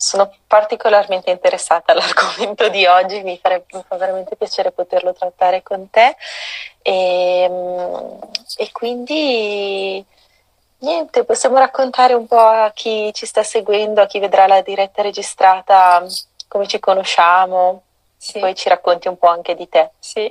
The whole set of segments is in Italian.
sono particolarmente interessata all'argomento di oggi, mi fa veramente piacere poterlo trattare con te e quindi niente, possiamo raccontare un po' a chi ci sta seguendo, a chi vedrà la diretta registrata, come ci conosciamo, Sì, poi ci racconti un po' anche di te. sì,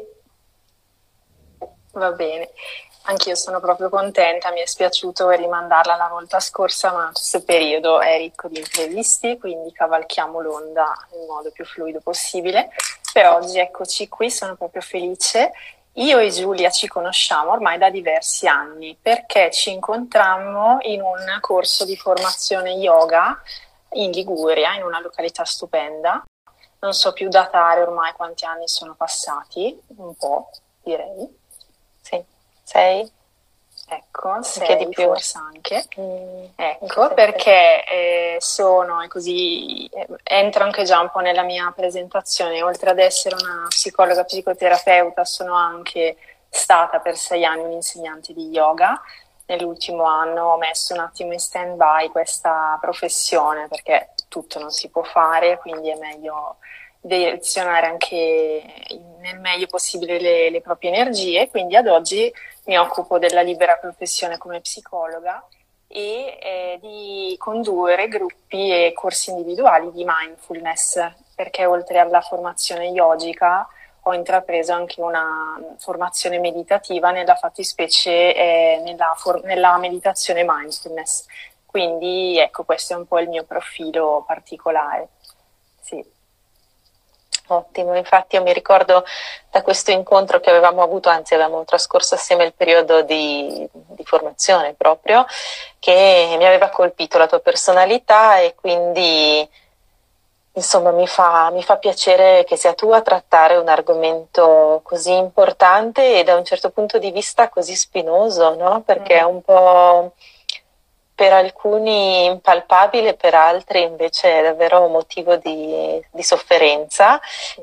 va bene. Anch'io sono proprio contenta, mi è spiaciuto rimandarla la volta scorsa, ma questo periodo è ricco di imprevisti, quindi cavalchiamo l'onda nel modo più fluido possibile. Per oggi eccoci qui, sono proprio felice. Io e Giulia ci conosciamo ormai da diversi anni perché ci incontrammo in un corso di formazione yoga in Liguria, in una località stupenda. Non so più datare ormai quanti anni sono passati, un po', direi. Sì, sei? Ecco, Anche di 6 più. forse anche. Ecco, Anche perché sono, e così entro anche già un po' nella mia presentazione, oltre ad essere una psicologa psicoterapeuta, sono anche stata per 6 anni un'insegnante di yoga. Nell'ultimo anno ho messo un attimo in stand-by questa professione perché tutto non si può fare, quindi è meglio direzionare anche nel meglio possibile le proprie energie. Quindi ad oggi mi occupo della libera professione come psicologa e di condurre gruppi e corsi individuali di mindfulness, perché oltre alla formazione yogica ho intrapreso anche una formazione meditativa, nella fattispecie nella meditazione mindfulness. Quindi ecco, questo è un po' il mio profilo particolare. Sì. Ottimo, infatti io mi ricordo da questo incontro che avevamo avuto, anzi avevamo trascorso assieme il periodo di formazione proprio, che mi aveva colpito la tua personalità e quindi insomma mi fa piacere che sia tu a trattare un argomento così importante e da un certo punto di vista così spinoso, no? Perché è un po' per alcuni impalpabile, per altri invece è davvero motivo di sofferenza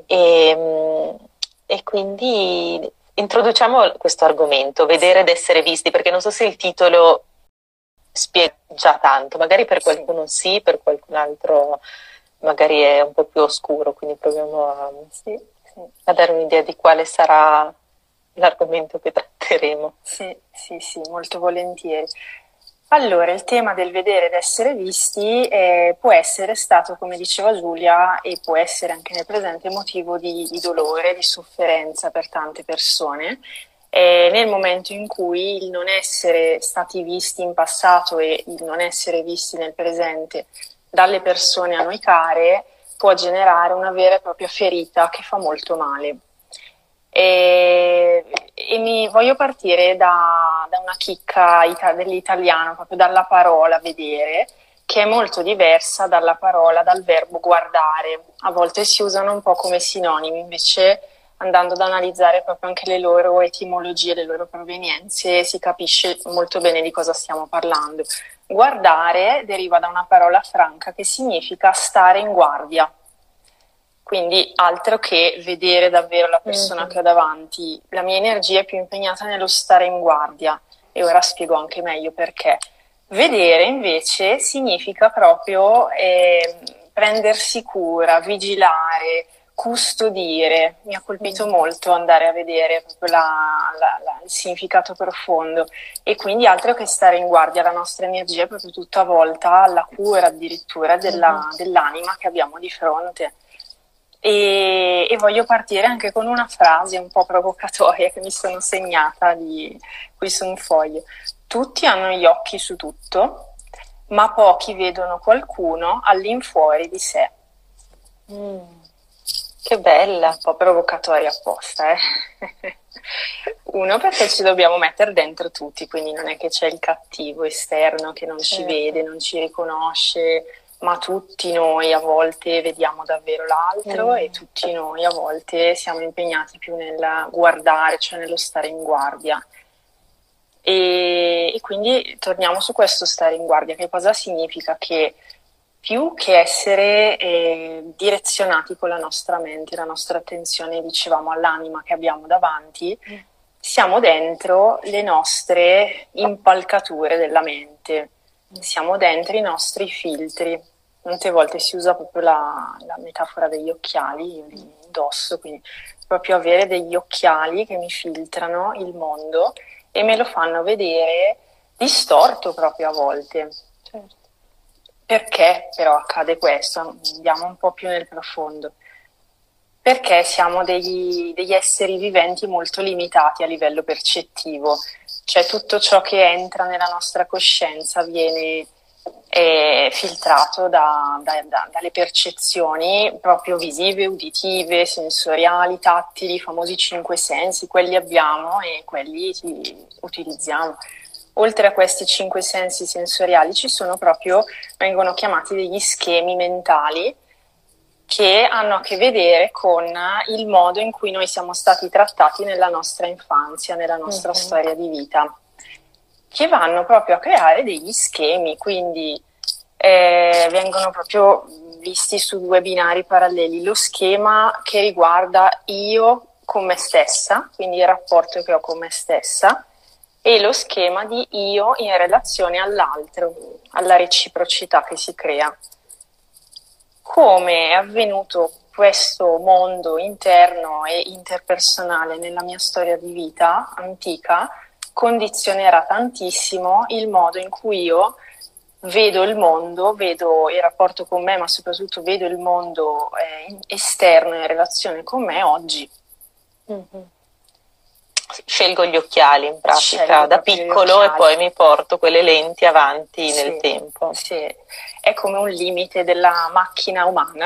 e quindi introduciamo questo argomento, vedere ed essere visti, perché non so se il titolo spiega già tanto, magari per qualcuno sì, per qualcun altro magari è un po' più oscuro, quindi proviamo a dare un'idea di quale sarà l'argomento che tratteremo. Sì, molto volentieri. Allora, il tema del vedere ed essere visti può essere stato, come diceva Giulia, e può essere anche nel presente motivo di dolore, di sofferenza per tante persone. Nel momento in cui il non essere stati visti in passato e il non essere visti nel presente dalle persone a noi care può generare una vera e propria ferita che fa molto male. E mi voglio partire da una chicca dell'italiano, proprio dalla parola vedere, che è molto diversa dal verbo guardare. A volte si usano un po' come sinonimi, invece andando ad analizzare proprio anche le loro etimologie, le loro provenienze, si capisce molto bene di cosa stiamo parlando. Guardare deriva da una parola franca che significa stare in guardia. Quindi altro che vedere davvero la persona che ho davanti. La mia energia è più impegnata nello stare in guardia e ora spiego anche meglio perché. Vedere invece significa proprio prendersi cura, vigilare, custodire. Mi ha colpito molto andare a vedere proprio il significato profondo e quindi altro che stare in guardia, la nostra energia è proprio tutta volta alla cura addirittura dell'anima che abbiamo di fronte. E voglio partire anche con una frase un po' provocatoria che mi sono segnata qui su un foglio. Tutti hanno gli occhi su tutto, ma pochi vedono qualcuno all'infuori di sé. Che bella! Un po' provocatoria apposta, Uno, perché ci dobbiamo mettere dentro tutti, quindi non è che c'è il cattivo esterno che non ci vede, non ci riconosce, ma tutti noi a volte vediamo davvero l'altro e tutti noi a volte siamo impegnati più nel guardare, cioè nello stare in guardia. E quindi torniamo su questo stare in guardia. Che cosa significa? Che più che essere direzionati con la nostra mente, la nostra attenzione, dicevamo, all'anima che abbiamo davanti, siamo dentro le nostre impalcature della mente, siamo dentro i nostri filtri. Molte volte si usa proprio la metafora degli occhiali, io li indosso, quindi proprio avere degli occhiali che mi filtrano il mondo e me lo fanno vedere distorto proprio a volte. Certo. Perché però accade questo? Andiamo un po' più nel profondo. Perché siamo degli esseri viventi molto limitati a livello percettivo, cioè tutto ciò che entra nella nostra coscienza viene filtrato dalle percezioni proprio visive, uditive, sensoriali, tattili, i famosi cinque sensi, quelli abbiamo e quelli li utilizziamo. Oltre a questi cinque sensi sensoriali vengono chiamati degli schemi mentali che hanno a che vedere con il modo in cui noi siamo stati trattati nella nostra infanzia, nella nostra storia di vita, che vanno proprio a creare degli schemi, quindi vengono proprio visti su due binari paralleli. Lo schema che riguarda io con me stessa, quindi il rapporto che ho con me stessa, e lo schema di io in relazione all'altro, alla reciprocità che si crea. Come è avvenuto questo mondo interno e interpersonale nella mia storia di vita antica condizionerà tantissimo il modo in cui io vedo il mondo, vedo il rapporto con me, ma soprattutto vedo il mondo esterno in relazione con me oggi. Mm-hmm. Scelgo gli occhiali in pratica da piccolo e poi mi porto quelle lenti avanti nel tempo. Sì, è come un limite della macchina umana,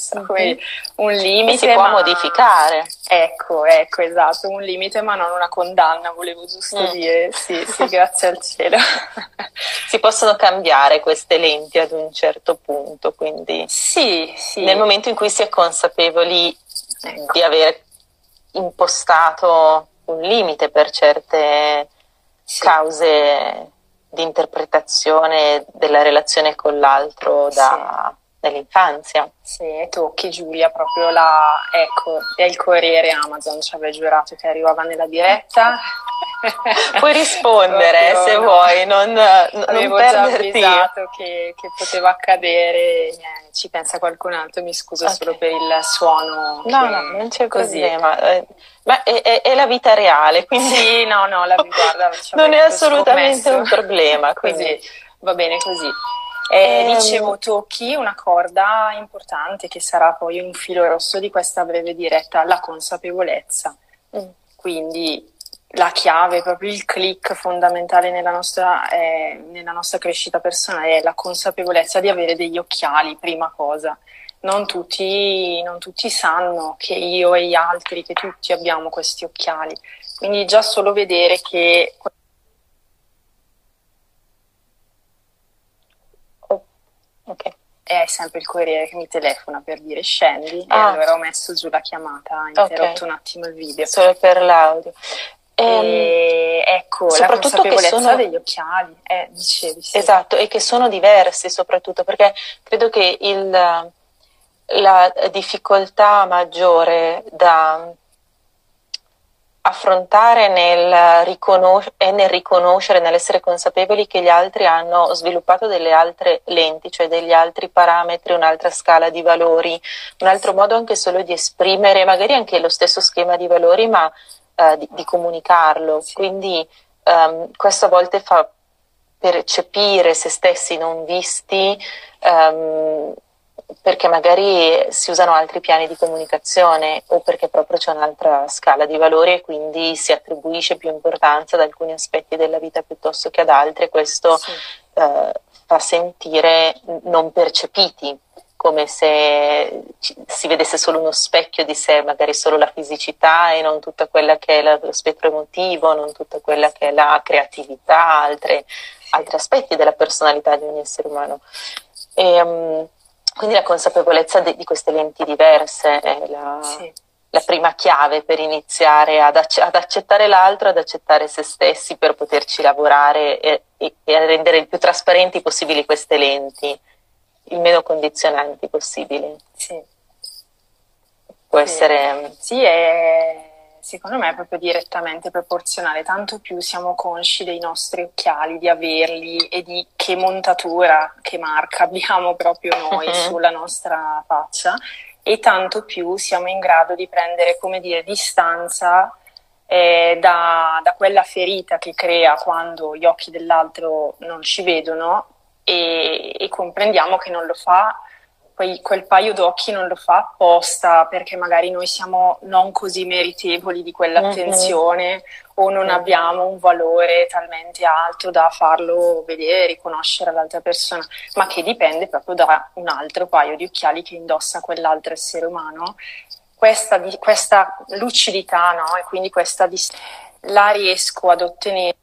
un limite che si può modificare. Ecco, esatto, un limite ma non una condanna, volevo giusto dire, sì, grazie al cielo. Si possono cambiare queste lenti ad un certo punto, quindi sì. Nel momento in cui si è consapevoli di aver impostato un limite per certe cause di interpretazione della relazione con l'altro dall'infanzia. Sì, e tocchi Giulia proprio ecco, è il corriere Amazon, ci avevo giurato che arrivava nella diretta. Puoi rispondere se vuoi, non avevo perderti. Già avvisato che poteva accadere, ci pensa qualcun altro, mi scuso solo per il suono. No, non c'è problema. Ma è la vita reale, quindi sì, no, guarda, non è assolutamente un problema. Così, va bene così. Dicevo, tocchi una corda importante che sarà poi un filo rosso di questa breve diretta, la consapevolezza. Quindi la chiave, proprio il click fondamentale nella nostra crescita personale è la consapevolezza di avere degli occhiali, prima cosa. Non tutti sanno che io e gli altri, che tutti abbiamo questi occhiali. Quindi già solo vedere che... Okay. È sempre il corriere che mi telefona per dire scendi e allora ho messo giù la chiamata, interrotto un attimo il video. Solo per l'audio. Ecco, soprattutto la consapevolezza degli occhiali, dicevi. Sì. Esatto, e che sono diversi soprattutto, perché credo che la difficoltà maggiore da affrontare nel riconoscere, nell'essere consapevoli che gli altri hanno sviluppato delle altre lenti, cioè degli altri parametri, un'altra scala di valori, un altro modo anche solo di esprimere magari anche lo stesso schema di valori, ma di comunicarlo. Sì. Quindi questo a volte fa percepire se stessi non visti, perché magari si usano altri piani di comunicazione o perché proprio c'è un'altra scala di valori e quindi si attribuisce più importanza ad alcuni aspetti della vita piuttosto che ad altri, e questo fa sentire non percepiti, come se si vedesse solo uno specchio di sé, magari solo la fisicità e non tutta quella che è lo spettro emotivo, non tutta quella che è la creatività, altri aspetti della personalità di ogni essere umano. Quindi la consapevolezza di queste lenti diverse è la prima chiave per iniziare ad accettare l'altro, ad accettare se stessi, per poterci lavorare e a rendere il più trasparenti possibili queste lenti, il meno condizionanti possibili. Sì. Può essere... Sì, Secondo me è proprio direttamente proporzionale, tanto più siamo consci dei nostri occhiali, di averli e di che montatura, che marca abbiamo proprio noi sulla nostra faccia, e tanto più siamo in grado di prendere, come dire, distanza da quella ferita che crea quando gli occhi dell'altro non ci vedono, e comprendiamo che non lo fa. Quel paio d'occhi non lo fa apposta perché magari noi siamo non così meritevoli di quell'attenzione o non abbiamo un valore talmente alto da farlo vedere, riconoscere all'altra persona, ma che dipende proprio da un altro paio di occhiali che indossa quell'altro essere umano. Questa lucidità, no? E quindi la riesco ad ottenere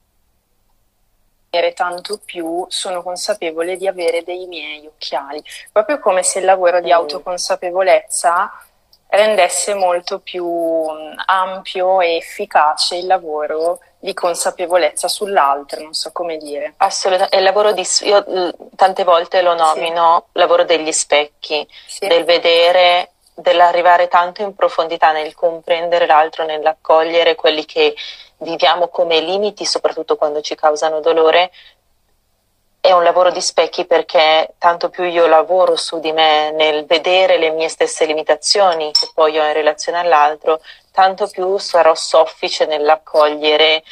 tanto più sono consapevole di avere dei miei occhiali, proprio come se il lavoro di autoconsapevolezza rendesse molto più ampio e efficace il lavoro di consapevolezza sull'altro, non so come dire. Assolutamente, il lavoro io tante volte lo nomino lavoro degli specchi, del vedere, dell'arrivare tanto in profondità nel comprendere l'altro, nell'accogliere quelli che viviamo come limiti, soprattutto quando ci causano dolore. È un lavoro di specchi perché tanto più io lavoro su di me nel vedere le mie stesse limitazioni che poi ho in relazione all'altro, tanto più sarò soffice nell'accogliere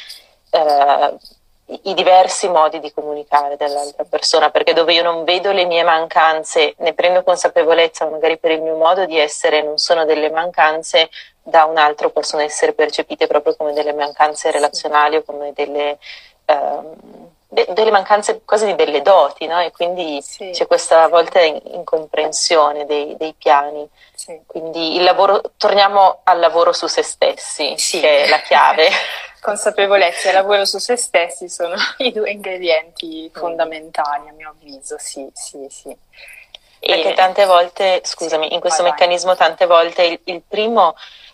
i diversi modi di comunicare dell'altra persona, perché dove io non vedo le mie mancanze, ne prendo consapevolezza magari per il mio modo di essere, non sono delle mancanze, da un altro possono essere percepite proprio come delle mancanze relazionali o come delle mancanze quasi delle doti, no? E quindi c'è questa volta incomprensione dei piani. Quindi il lavoro, torniamo al lavoro su se stessi, che è la chiave. Consapevolezza e lavoro su se stessi sono i due ingredienti fondamentali, a mio avviso, sì. Perché tante volte, scusami, in questo meccanismo tante volte il primo,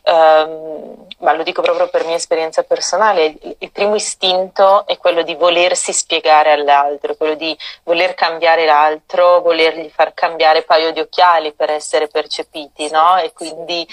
ma lo dico proprio per mia esperienza personale, il primo istinto è quello di volersi spiegare all'altro, quello di voler cambiare l'altro, volergli far cambiare paio di occhiali per essere percepiti, no? E quindi,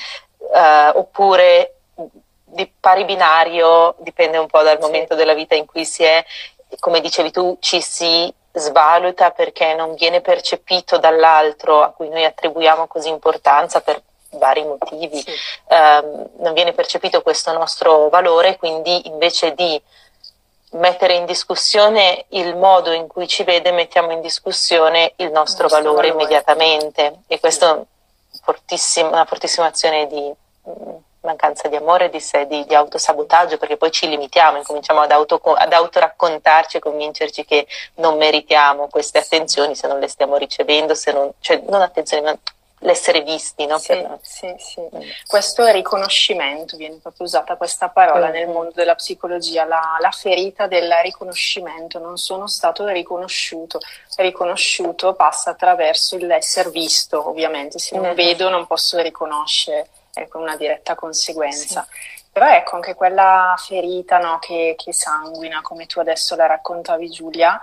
oppure di pari binario, dipende un po' dal momento della vita in cui si è, come dicevi tu, ci si svaluta perché non viene percepito dall'altro a cui noi attribuiamo così importanza per vari motivi, non viene percepito questo nostro valore, quindi invece di mettere in discussione il modo in cui ci vede, mettiamo in discussione il nostro valore immediatamente, e questo è una fortissima azione di mancanza di amore di sé, di autosabotaggio, perché poi ci limitiamo, incominciamo ad autoraccontarci e convincerci che non meritiamo queste attenzioni se non le stiamo ricevendo, non attenzioni, ma l'essere visti, no? Sì. Questo è riconoscimento, viene proprio usata questa parola nel mondo della psicologia, la ferita del riconoscimento. Non sono stato riconosciuto. Riconosciuto passa attraverso l'essere visto, ovviamente. Se non vedo non posso riconoscere, ecco, una diretta conseguenza. Però ecco, anche quella ferita, no, che sanguina, come tu adesso la raccontavi, Giulia,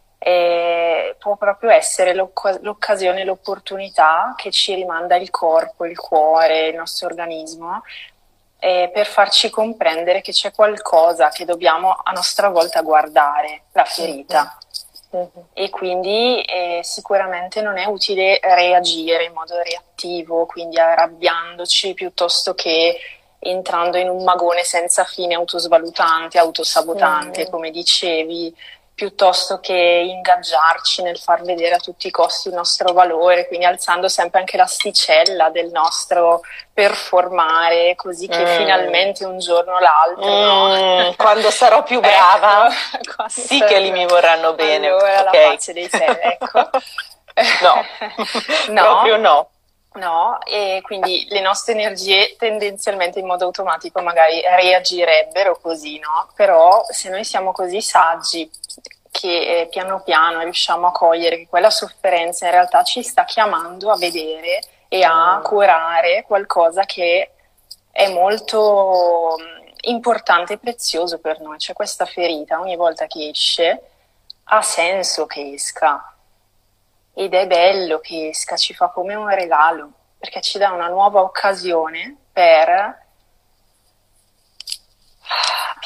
può proprio essere l'occasione, l'opportunità che ci rimanda il corpo, il cuore, il nostro organismo, per farci comprendere che c'è qualcosa che dobbiamo a nostra volta guardare, la ferita. E quindi sicuramente non è utile reagire in modo reattivo, quindi arrabbiandoci piuttosto che entrando in un magone senza fine autosvalutante, autosabotante, come dicevi, piuttosto che ingaggiarci nel far vedere a tutti i costi il nostro valore, quindi alzando sempre anche l'asticella del nostro performare, così che finalmente un giorno o l'altro, no? Quando sarò più brava, sì che lì mi vorranno bene. Allora la pace dei cieli, ecco. No, proprio no. No, e quindi le nostre energie tendenzialmente in modo automatico magari reagirebbero così, no? Però se noi siamo così saggi che piano piano riusciamo a cogliere che quella sofferenza in realtà ci sta chiamando a vedere e a curare qualcosa che è molto importante e prezioso per noi, cioè questa ferita ogni volta che esce ha senso che esca. Ed è bello che esca, ci fa come un regalo, perché ci dà una nuova occasione per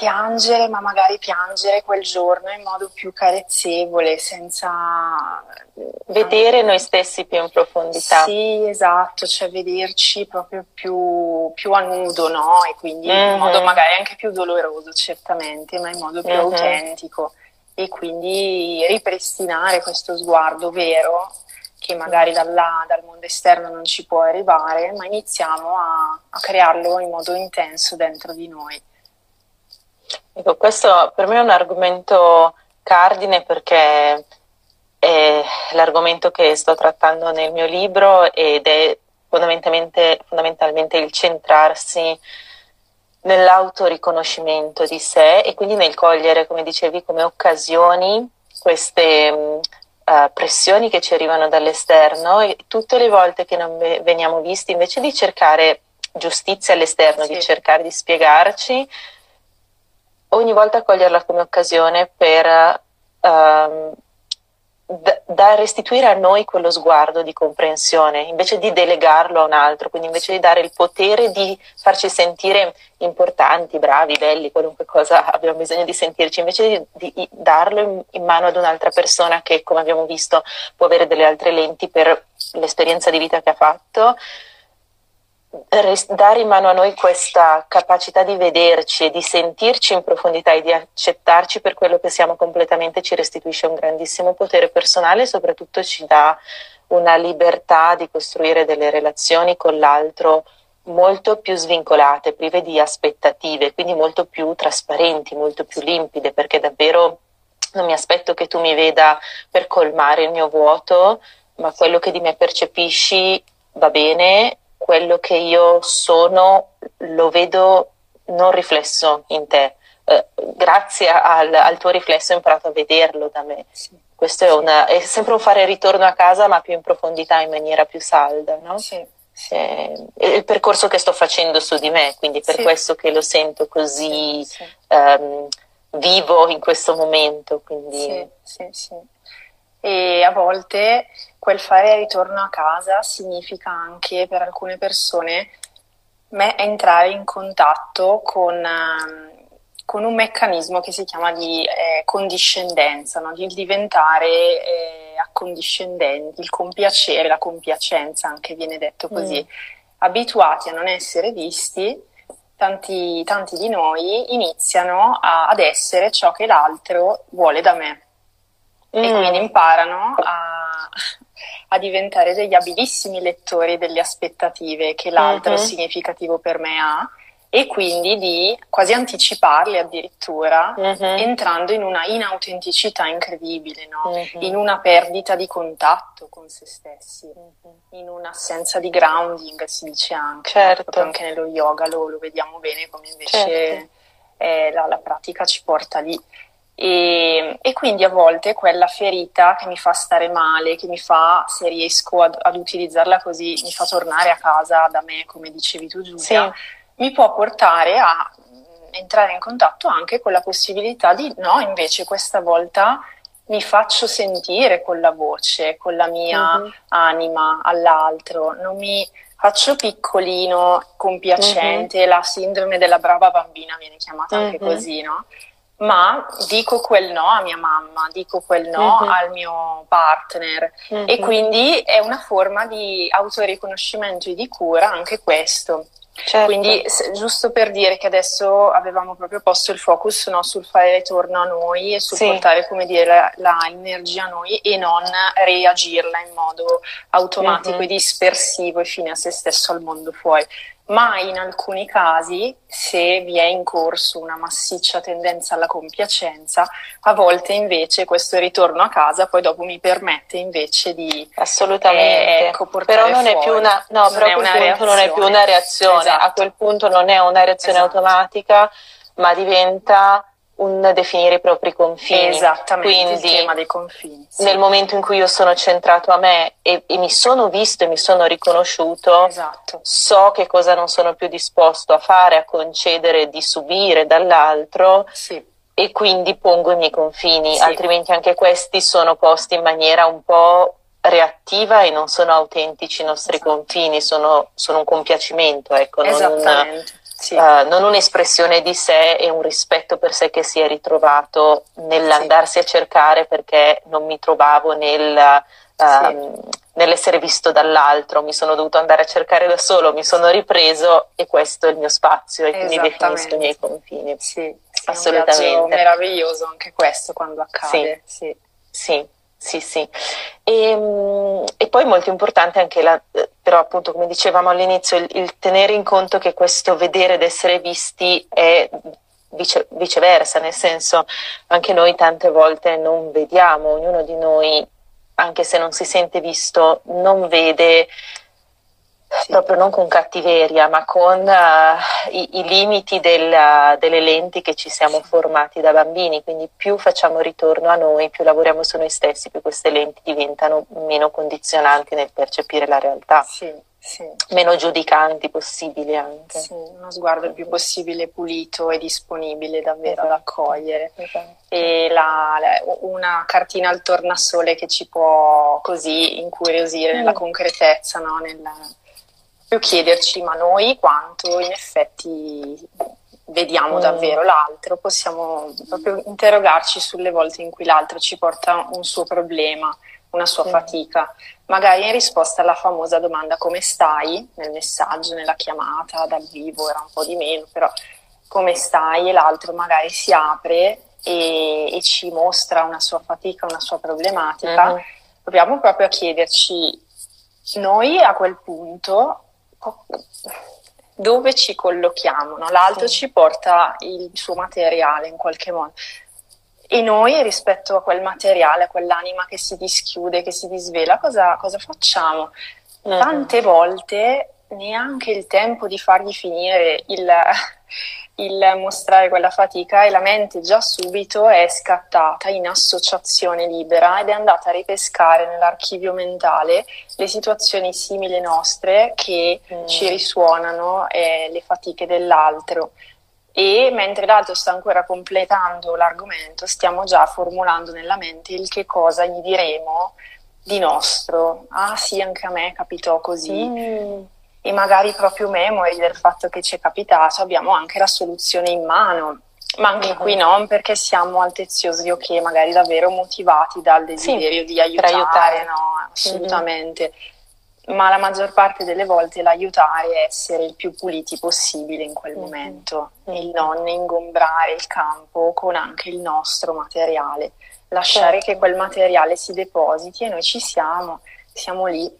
piangere, ma magari piangere quel giorno in modo più carezzevole, senza vedere noi stessi più in profondità. Sì, esatto, cioè vederci proprio più a nudo, no? E quindi in modo magari anche più doloroso, certamente, ma in modo più autentico. E quindi ripristinare questo sguardo vero, che magari dal mondo esterno non ci può arrivare, ma iniziamo a crearlo in modo intenso dentro di noi. Ecco, questo per me è un argomento cardine, perché è l'argomento che sto trattando nel mio libro, ed è fondamentalmente il centrarsi nell'autoriconoscimento di sé, e quindi nel cogliere, come dicevi, come occasioni queste pressioni che ci arrivano dall'esterno, e tutte le volte che non veniamo visti, invece di cercare giustizia all'esterno, di cercare di spiegarci, ogni volta coglierla come occasione per da restituire a noi quello sguardo di comprensione, invece di delegarlo a un altro, quindi invece di dare il potere di farci sentire importanti, bravi, belli, qualunque cosa abbiamo bisogno di sentirci, invece di darlo in mano ad un'altra persona che, come abbiamo visto, può avere delle altre lenti per l'esperienza di vita che ha fatto. Dare in mano a noi questa capacità di vederci e di sentirci in profondità e di accettarci per quello che siamo completamente ci restituisce un grandissimo potere personale, e soprattutto ci dà una libertà di costruire delle relazioni con l'altro molto più svincolate, prive di aspettative, quindi molto più trasparenti, molto più limpide, perché davvero non mi aspetto che tu mi veda per colmare il mio vuoto, ma quello che di me percepisci va bene. Quello che io sono lo vedo non riflesso in te. Grazie al tuo riflesso ho imparato a vederlo da me. Sì. Questo è sempre un fare ritorno a casa, ma più in profondità, in maniera più salda, no? Sì. È il percorso che sto facendo su di me, quindi per questo che lo sento così vivo in questo momento. Quindi... Sì. E a volte quel fare ritorno a casa significa anche, per alcune persone, entrare in contatto con un meccanismo che si chiama di condiscendenza, no? Di diventare accondiscendenti, il compiacere, la compiacenza anche viene detto così. Abituati a non essere visti, tanti di noi iniziano ad essere ciò che l'altro vuole da me. E quindi imparano a diventare degli abilissimi lettori delle aspettative che l'altro significativo per me ha, e quindi di quasi anticiparle addirittura, entrando in una inautenticità incredibile, no? In una perdita di contatto con se stessi, in un'assenza di grounding, si dice anche, proprio anche nello yoga lo vediamo bene come invece la pratica ci porta lì. E quindi a volte quella ferita che mi fa stare male, che mi fa, se riesco ad utilizzarla così, mi fa tornare a casa da me, come dicevi tu Giulia, mi può portare a entrare in contatto anche con la possibilità di no, invece questa volta mi faccio sentire con la voce, con la mia anima all'altro, non mi faccio piccolino, compiacente, la sindrome della brava bambina viene chiamata anche così, no? Ma dico quel no a mia mamma, dico quel no al mio partner, e quindi è una forma di autoriconoscimento e di cura anche questo. Certo. Quindi giusto per dire che adesso avevamo proprio posto il focus, no, sul fare ritorno a noi e sul portare, come dire, la energia a noi e non reagirla in modo automatico e dispersivo e fine a se stesso al mondo fuori. Ma in alcuni casi, se vi è in corso una massiccia tendenza alla compiacenza, a volte invece questo ritorno a casa poi dopo mi permette invece di assolutamente portare però non fuori. È più una no, però a quel punto non è più una reazione, esatto. A quel punto non è una reazione automatica, ma diventa un definire i propri confini. Esattamente, quindi, il tema dei confini. Nel momento in cui io sono centrato a me e mi sono visto e mi sono riconosciuto, so che cosa non sono più disposto a fare, a concedere, di subire dall'altro, e quindi pongo i miei confini, altrimenti anche questi sono posti in maniera un po' reattiva e non sono autentici i nostri confini, sono un compiacimento, ecco, non Sì. non un'espressione di sé e un rispetto per sé che si è ritrovato nell'andarsi a cercare perché non mi trovavo nell'essere visto dall'altro, mi sono dovuto andare a cercare da solo, mi sono ripreso e questo è il mio spazio e quindi definisco i miei confini. Sì, assolutamente. È un viaggio meraviglioso anche questo quando accade. Sì. E poi molto importante anche però appunto come dicevamo all'inizio il tenere in conto che questo vedere ed essere visti è viceversa, nel senso anche noi tante volte non vediamo, ognuno di noi anche se non si sente visto non vede proprio non con cattiveria ma con i limiti delle lenti che ci siamo formati da bambini, quindi più facciamo ritorno a noi, più lavoriamo su noi stessi, più queste lenti diventano meno condizionanti nel percepire la realtà, meno giudicanti possibili anche. Sì, uno sguardo il più possibile pulito e disponibile davvero ad accogliere. E una cartina al tornasole che ci può così incuriosire nella concretezza, no? Più chiederci, ma noi quanto in effetti vediamo davvero l'altro, possiamo proprio interrogarci sulle volte in cui l'altro ci porta un suo problema, una sua fatica, magari in risposta alla famosa domanda come stai, nel messaggio, nella chiamata, dal vivo era un po' di meno, però come stai, e l'altro magari si apre e ci mostra una sua fatica, una sua problematica, proviamo proprio a chiederci noi a quel punto dove ci collochiamo, no? L'altro ci porta il suo materiale in qualche modo e noi rispetto a quel materiale, a quell'anima che si dischiude, che si disvela, cosa facciamo? Tante volte neanche il tempo di fargli finire il mostrare quella fatica e la mente già subito è scattata in associazione libera ed è andata a ripescare nell'archivio mentale le situazioni simili nostre che ci risuonano le fatiche dell'altro. E mentre l'altro sta ancora completando l'argomento stiamo già formulando nella mente il che cosa gli diremo di nostro. Ah sì, anche a me capitò così. E magari proprio memori del fatto che ci è capitato, abbiamo anche la soluzione in mano, ma anche qui non perché siamo alteziosi o che magari davvero motivati dal desiderio di aiutare. No, assolutamente, ma la maggior parte delle volte l'aiutare è essere il più puliti possibile in quel momento, il non ingombrare il campo con anche il nostro materiale, lasciare che quel materiale si depositi e noi ci siamo lì.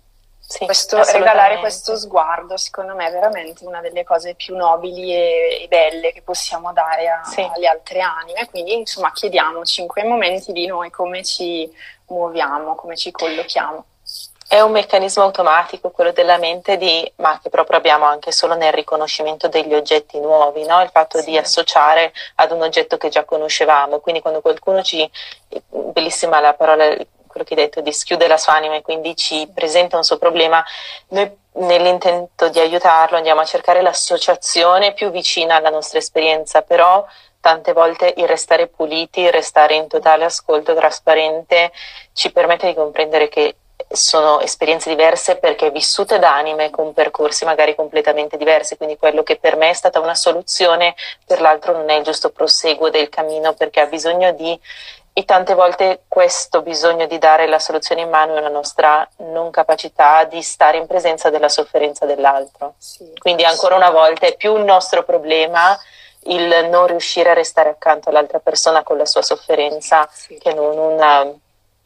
Regalare questo sguardo secondo me è veramente una delle cose più nobili e belle che possiamo dare alle altre anime, quindi insomma chiediamoci in quei momenti di noi come ci muoviamo, come ci collochiamo. È un meccanismo automatico quello della mente ma che proprio abbiamo anche solo nel riconoscimento degli oggetti nuovi, no? Il fatto di associare ad un oggetto che già conoscevamo, quindi quando qualcuno bellissima la parola, quello che hai detto, di schiude la sua anima e quindi ci presenta un suo problema, noi nell'intento di aiutarlo andiamo a cercare l'associazione più vicina alla nostra esperienza, però tante volte il restare puliti, il restare in totale ascolto trasparente ci permette di comprendere che sono esperienze diverse perché vissute da anime con percorsi magari completamente diversi, quindi quello che per me è stata una soluzione per l'altro non è il giusto proseguo del cammino perché ha bisogno e tante volte questo bisogno di dare la soluzione in mano è una nostra non capacità di stare in presenza della sofferenza dell'altro. Quindi ancora una volta è più un nostro problema il non riuscire a restare accanto all'altra persona con la sua sofferenza che non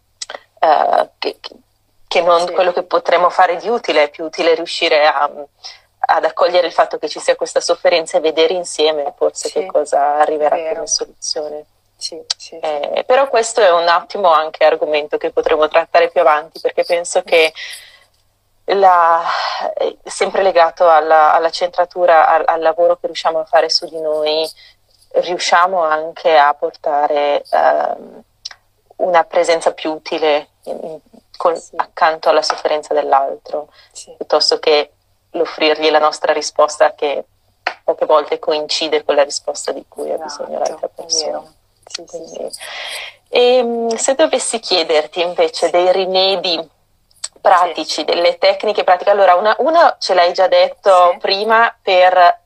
quello che potremmo fare di utile. È più utile riuscire ad accogliere il fatto che ci sia questa sofferenza e vedere insieme forse che cosa arriverà come soluzione. Però questo è un ottimo anche argomento che potremo trattare più avanti perché penso che sempre legato alla centratura, al lavoro che riusciamo a fare su di noi, riusciamo anche a portare una presenza più utile accanto alla sofferenza dell'altro, piuttosto che l'offrirgli la nostra risposta che poche volte coincide con la risposta di cui ha bisogno l'altra persona. E se dovessi chiederti invece dei rimedi pratici, delle tecniche pratiche, allora una ce l'hai già detto prima per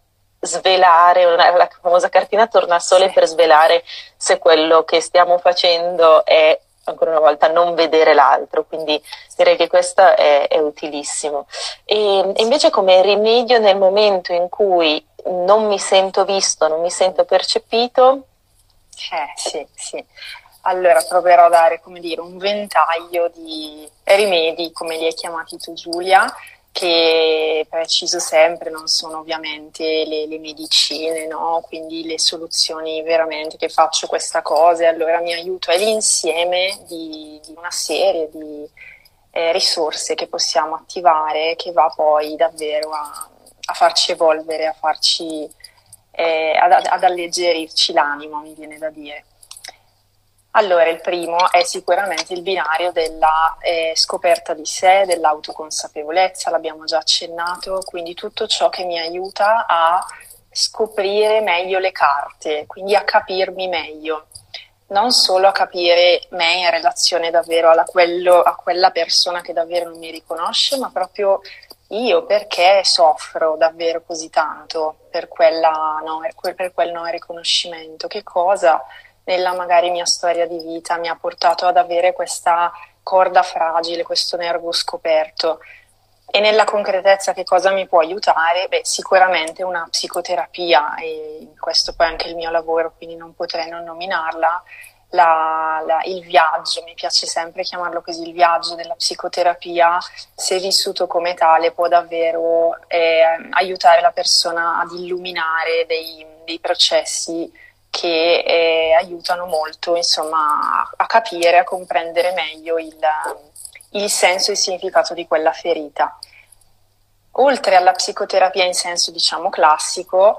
svelare, la famosa cartina tornasole per svelare se quello che stiamo facendo è, ancora una volta, non vedere l'altro, quindi direi che questo è utilissimo. E invece come rimedio nel momento in cui non mi sento visto, non mi sento percepito? Sì. Allora proverò a dare, come dire, un ventaglio di rimedi, come li hai chiamati tu, Giulia, che preciso sempre non sono ovviamente le medicine, no? Quindi le soluzioni veramente che faccio questa cosa e allora mi aiuto, è l'insieme di una serie di risorse che possiamo attivare che va poi davvero a farci evolvere, a farci ad alleggerirci l'animo, mi viene da dire. Allora, il primo è sicuramente il binario della scoperta di sé, dell'autoconsapevolezza, l'abbiamo già accennato, quindi tutto ciò che mi aiuta a scoprire meglio le carte, quindi a capirmi meglio, non solo a capire me in relazione davvero a quella persona che davvero non mi riconosce, ma proprio io perché soffro davvero così tanto per quel non riconoscimento, che cosa nella magari mia storia di vita mi ha portato ad avere questa corda fragile, questo nervo scoperto. E nella concretezza che cosa mi può aiutare? Beh, sicuramente una psicoterapia, e questo poi è anche il mio lavoro, quindi non potrei non nominarla, il viaggio, mi piace sempre chiamarlo così, il viaggio della psicoterapia, se vissuto come tale, può davvero aiutare la persona ad illuminare dei processi che aiutano molto, insomma, a capire, a comprendere meglio il senso e il significato di quella ferita. Oltre alla psicoterapia in senso, diciamo, classico,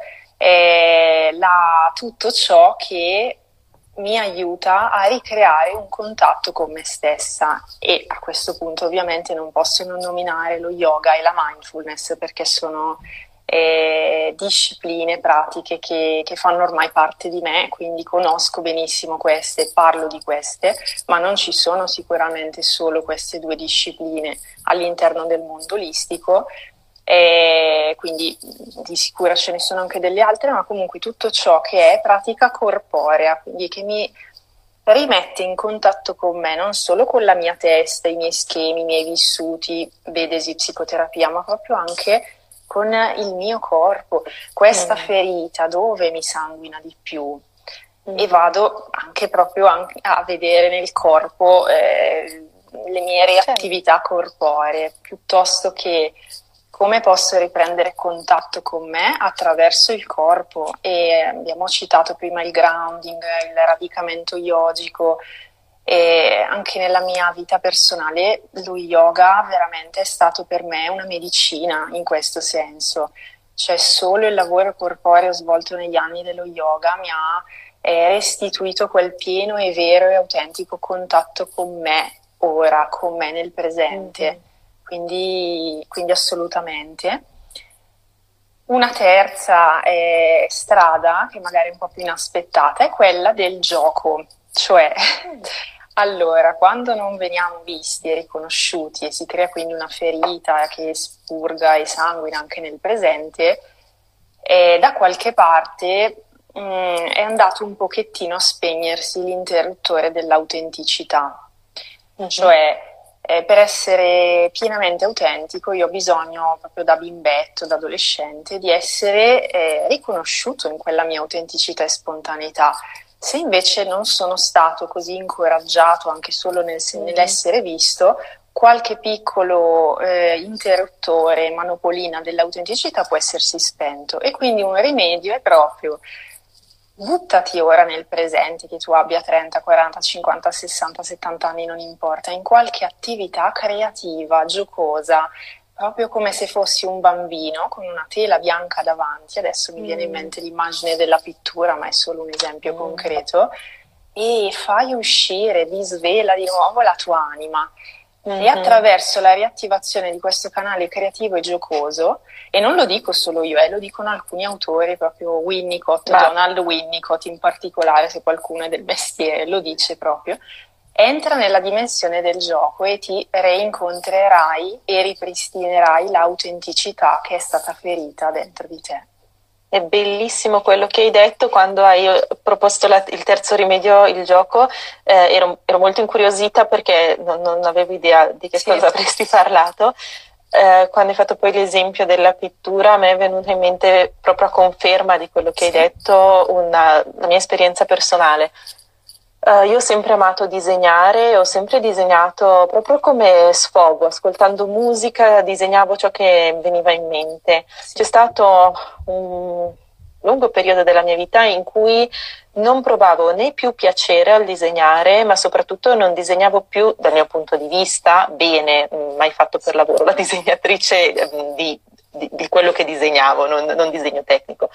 tutto ciò che mi aiuta a ricreare un contatto con me stessa, e a questo punto ovviamente non posso non nominare lo yoga e la mindfulness, perché sono discipline, pratiche che fanno ormai parte di me, quindi conosco benissimo queste, parlo di queste, ma non ci sono sicuramente solo queste due discipline all'interno del mondo olistico, quindi di sicuro ce ne sono anche delle altre, ma comunque tutto ciò che è pratica corporea, quindi che mi rimette in contatto con me, non solo con la mia testa, i miei schemi, i miei vissuti, vedesi psicoterapia, ma proprio anche con il mio corpo, questa ferita dove mi sanguina di più, e vado anche proprio a vedere nel corpo le mie reattività corporee, piuttosto che come posso riprendere contatto con me attraverso il corpo. E abbiamo citato prima il grounding, il radicamento yogico, e anche nella mia vita personale lo yoga veramente è stato per me una medicina in questo senso, cioè solo il lavoro corporeo svolto negli anni dello yoga mi ha restituito quel pieno e vero e autentico contatto con me ora, con me nel presente, quindi assolutamente. Una terza strada, che magari è un po' più inaspettata, è quella del gioco, cioè allora, quando non veniamo visti e riconosciuti e si crea quindi una ferita che spurga e sanguina anche nel presente, da qualche parte è andato un pochettino a spegnersi l'interruttore dell'autenticità. Cioè, per essere pienamente autentico io ho bisogno proprio da bimbetto, da adolescente, di essere riconosciuto in quella mia autenticità e spontaneità. Se invece non sono stato così incoraggiato anche solo nell'essere visto, qualche piccolo interruttore, manopolina dell'autenticità può essersi spento, e quindi un rimedio è proprio buttati ora nel presente, che tu abbia 30, 40, 50, 60, 70 anni, non importa, in qualche attività creativa, giocosa, proprio come se fossi un bambino con una tela bianca davanti. Adesso mi viene in mente l'immagine della pittura, ma è solo un esempio concreto, e fai uscire, disvela di nuovo la tua anima. E attraverso la riattivazione di questo canale creativo e giocoso, e non lo dico solo io, lo dicono alcuni autori, proprio Winnicott, Donald Winnicott in particolare, se qualcuno è del mestiere, lo dice proprio, entra nella dimensione del gioco e ti reincontrerai e ripristinerai l'autenticità che è stata ferita dentro di te. È bellissimo quello che hai detto. Quando hai proposto il terzo rimedio, il gioco, ero molto incuriosita perché non avevo idea di che cosa avresti parlato. Quando hai fatto poi l'esempio della pittura, a me è venuta in mente, proprio a conferma di quello che hai detto, la mia esperienza personale. Io ho sempre amato disegnare, ho sempre disegnato proprio come sfogo, ascoltando musica, disegnavo ciò che veniva in mente. C'è stato un lungo periodo della mia vita in cui non provavo né più piacere al disegnare, ma soprattutto non disegnavo più, dal mio punto di vista, bene, mai fatto per lavoro la disegnatrice di quello che disegnavo, non disegno tecnico.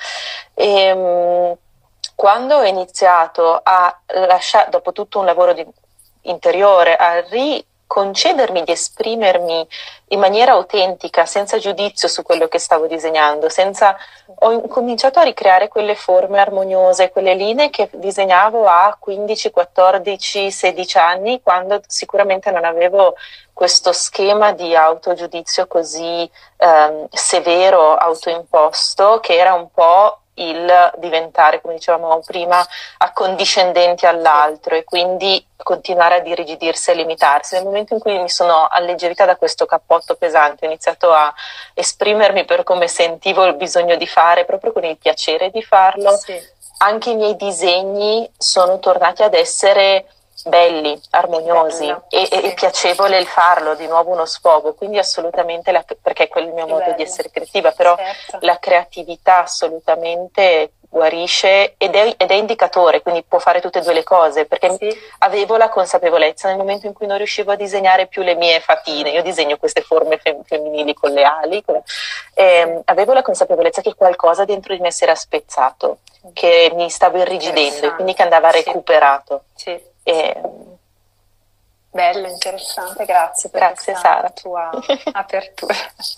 Quando ho iniziato a lasciare, dopo tutto un lavoro interiore, a riconcedermi di esprimermi in maniera autentica, senza giudizio su quello che stavo disegnando, ho cominciato a ricreare quelle forme armoniose, quelle linee che disegnavo a 15, 14, 16 anni, quando sicuramente non avevo questo schema di autogiudizio così severo, autoimposto, che era un po' il diventare, come dicevamo prima, accondiscendenti all'altro e quindi continuare a dirigidirsi e limitarsi. Nel momento in cui mi sono alleggerita da questo cappotto pesante, ho iniziato a esprimermi per come sentivo il bisogno di fare, proprio con il piacere di farlo. Anche i miei disegni sono tornati ad essere belli, armoniosi e piacevole il farlo, di nuovo uno sfogo, quindi assolutamente, perché è quello il mio modo di essere creativa, però la creatività assolutamente guarisce ed è indicatore, quindi può fare tutte e due le cose, perché avevo la consapevolezza nel momento in cui non riuscivo a disegnare più le mie fatine, io disegno queste forme femminili con le ali, avevo la consapevolezza che qualcosa dentro di me si era spezzato, che mi stavo irrigidendo e quindi che andava recuperato. Bello, interessante, grazie per questa tua apertura.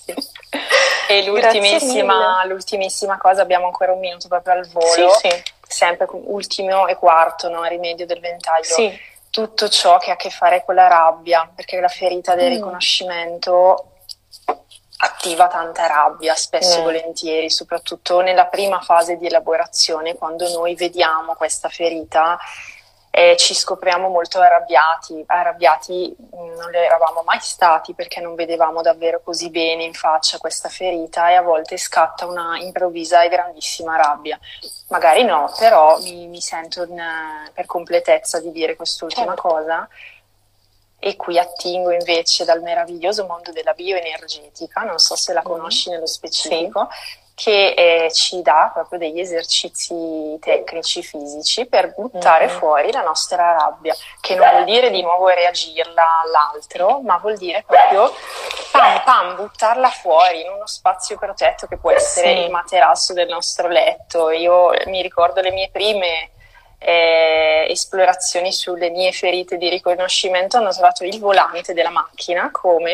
E l'ultimissima cosa, abbiamo ancora un minuto proprio al volo, sempre ultimo e quarto, no? Rimedio del ventaglio. Tutto ciò che ha a che fare con la rabbia, perché la ferita del riconoscimento attiva tanta rabbia, spesso e volentieri, soprattutto nella prima fase di elaborazione, quando noi vediamo questa ferita. Ci scopriamo molto arrabbiati non lo eravamo mai stati perché non vedevamo davvero così bene in faccia questa ferita e a volte scatta una improvvisa e grandissima rabbia. Magari no, però mi sento per completezza di dire quest'ultima cosa e qui attingo invece dal meraviglioso mondo della bioenergetica, non so se la conosci nello specifico, che ci dà proprio degli esercizi tecnici, fisici per buttare fuori la nostra rabbia, che non vuol dire di nuovo reagirla all'altro, ma vuol dire proprio buttarla fuori in uno spazio protetto che può essere il materasso del nostro letto. Io mi ricordo le mie prime esplorazioni sulle mie ferite di riconoscimento, hanno trovato il volante della macchina come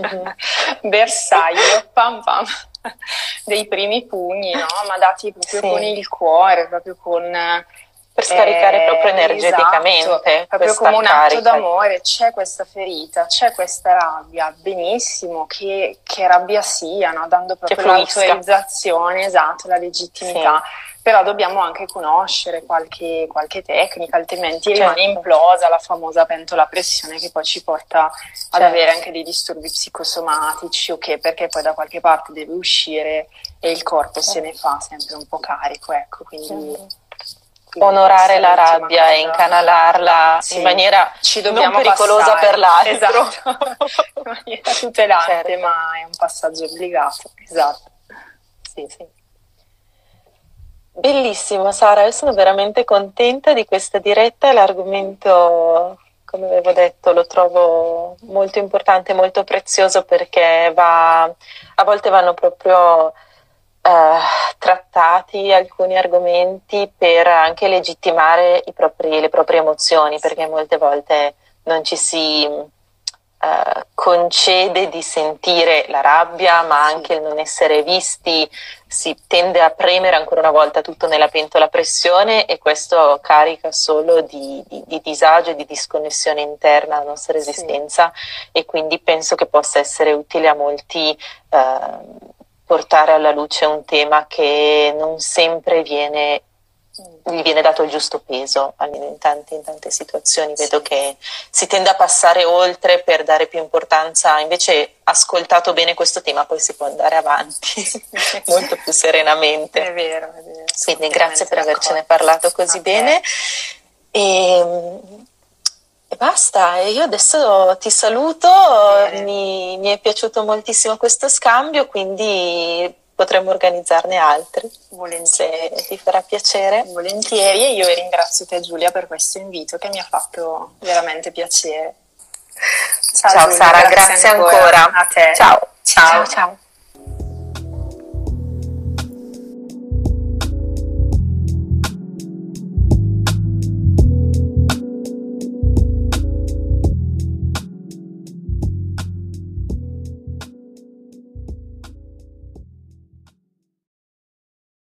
bersaglio, dei primi pugni, no? Ma dati proprio con il cuore, proprio per scaricare proprio energeticamente, proprio come un atto d'amore. C'è questa ferita, c'è questa rabbia, benissimo, che rabbia sia, no? Dando proprio l'autorizzazione, la legittimità. Però dobbiamo anche conoscere qualche tecnica, altrimenti rimane implosa la famosa pentola a pressione che poi ci porta ad avere anche dei disturbi psicosomatici, perché poi da qualche parte deve uscire e il corpo se ne fa sempre un po' carico, quindi onorare la rabbia e incanalarla in maniera non pericolosa per l'altro. In maniera tutelante, ma è un passaggio obbligato. Bellissimo Sara, io sono veramente contenta di questa diretta, l'argomento, come avevo detto, lo trovo molto importante, molto prezioso perché a volte vanno proprio trattati alcuni argomenti per anche legittimare le proprie emozioni, perché molte volte non ci si concede di sentire la rabbia, ma anche il non essere visti, si tende a premere ancora una volta tutto nella pentola a pressione e questo carica solo di disagio e di disconnessione interna la nostra esistenza e quindi penso che possa essere utile a molti portare alla luce un tema che non sempre gli viene dato il giusto peso, almeno in tante situazioni vedo che si tende a passare oltre per dare più importanza. Invece, ascoltato bene questo tema, poi si può andare avanti molto più serenamente. È vero. Quindi grazie per avercene parlato così bene. E basta, e io adesso ti saluto, mi è piaciuto moltissimo questo scambio, quindi potremmo organizzarne altri, volentieri, se ti farà piacere. Volentieri, e io ringrazio te Giulia per questo invito che mi ha fatto veramente piacere. Ciao Giulia, Sara, grazie ancora. A te. Ciao.